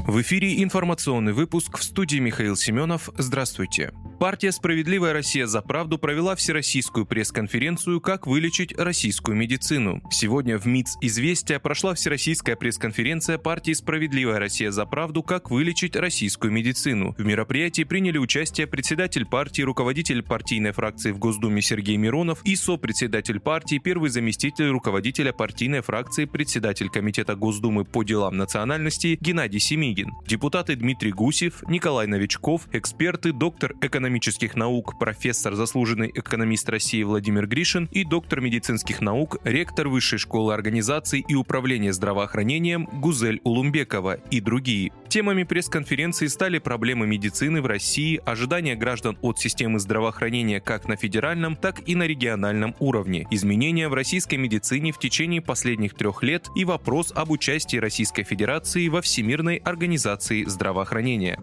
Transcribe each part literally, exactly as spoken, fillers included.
В эфире информационный выпуск, в студии Михаил Семенов. Здравствуйте. Партия «Справедливая Россия за правду» провела всероссийскую пресс-конференцию «Как вылечить российскую медицину». Сегодня в МИЦ «Известия» прошла всероссийская пресс-конференция партии «Справедливая Россия за правду. Как вылечить российскую медицину». В мероприятии приняли участие председатель партии, руководитель партийной фракции в Госдуме Сергей Миронов и сопредседатель партии, первый заместитель руководителя партийной фракции, председатель Комитета Госдумы по делам национальностей Геннадий Семигин, депутаты Дмитрий Гусев, Николай Новичков, эксперты, доктор экономических наук, профессор, заслуженный экономист России Владимир Гришин и доктор медицинских наук, ректор Высшей школы организации и управления здравоохранением Гузель Улумбекова и другие. Темами пресс-конференции стали проблемы медицины в России, ожидания граждан от системы здравоохранения как на федеральном, так и на региональном уровне, изменения в российской медицине в течение последних трех лет и вопрос об участии Российской Федерации во Всемирной организации здравоохранения.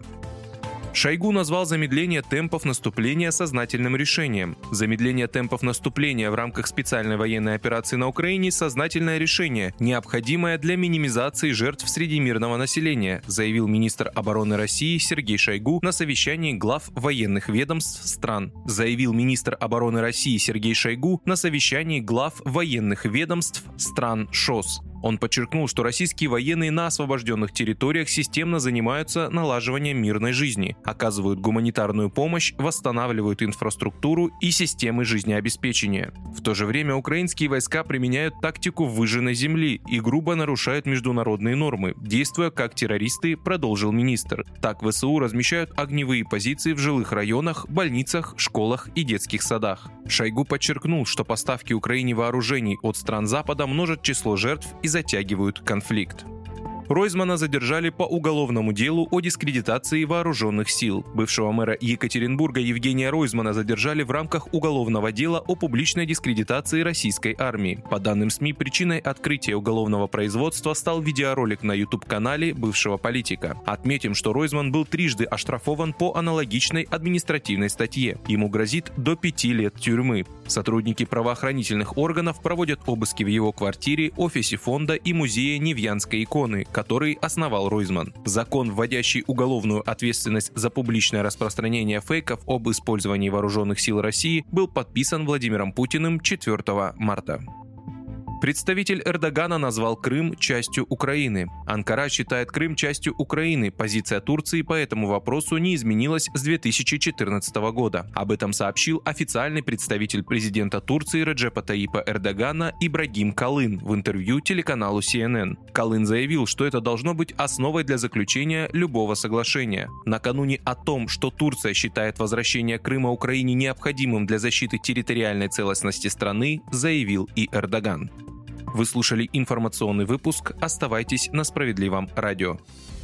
Шойгу назвал замедление темпов наступления сознательным решением. Замедление темпов наступления в рамках специальной военной операции на Украине – сознательное решение, необходимое для минимизации жертв среди мирного населения, заявил министр обороны России Сергей Шойгу на совещании глав военных ведомств стран. Заявил министр обороны России Сергей Шойгу на совещании глав военных ведомств стран ШОС. Он подчеркнул, что российские военные на освобожденных территориях системно занимаются налаживанием мирной жизни, оказывают гуманитарную помощь, восстанавливают инфраструктуру и системы жизнеобеспечения. В то же время украинские войска применяют тактику выжженной земли и грубо нарушают международные нормы, действуя как террористы, продолжил министр. Так ВСУ размещают огневые позиции в жилых районах, больницах, школах и детских садах. Шойгу подчеркнул, что поставки Украине вооружений от стран Запада множат число жертв и затягивают конфликт. Ройзмана задержали по уголовному делу о дискредитации вооруженных сил. Бывшего мэра Екатеринбурга Евгения Ройзмана задержали в рамках уголовного дела о публичной дискредитации российской армии. По данным СМИ, причиной открытия уголовного производства стал видеоролик на YouTube-канале бывшего политика. Отметим, что Ройзман был трижды оштрафован по аналогичной административной статье. Ему грозит до пяти лет тюрьмы. Сотрудники правоохранительных органов проводят обыски в его квартире, офисе фонда и музея Невьянской иконы, который основал Ройзман. Закон, вводящий уголовную ответственность за публичное распространение фейков об использовании вооруженных сил России, был подписан Владимиром Путиным четвёртого марта. Представитель Эрдогана назвал Крым частью Украины. Анкара считает Крым частью Украины. Позиция Турции по этому вопросу не изменилась с две тысячи четырнадцатого года. Об этом сообщил официальный представитель президента Турции Реджепа Таyyипа Эрдогана Ибрагим Калын в интервью телеканалу си эн эн. Калын заявил, что это должно быть основой для заключения любого соглашения. Накануне о том, что Турция считает возвращение Крыма Украине необходимым для защиты территориальной целостности страны, заявил и Эрдоган. Вы слушали информационный выпуск. Оставайтесь на Справедливом радио.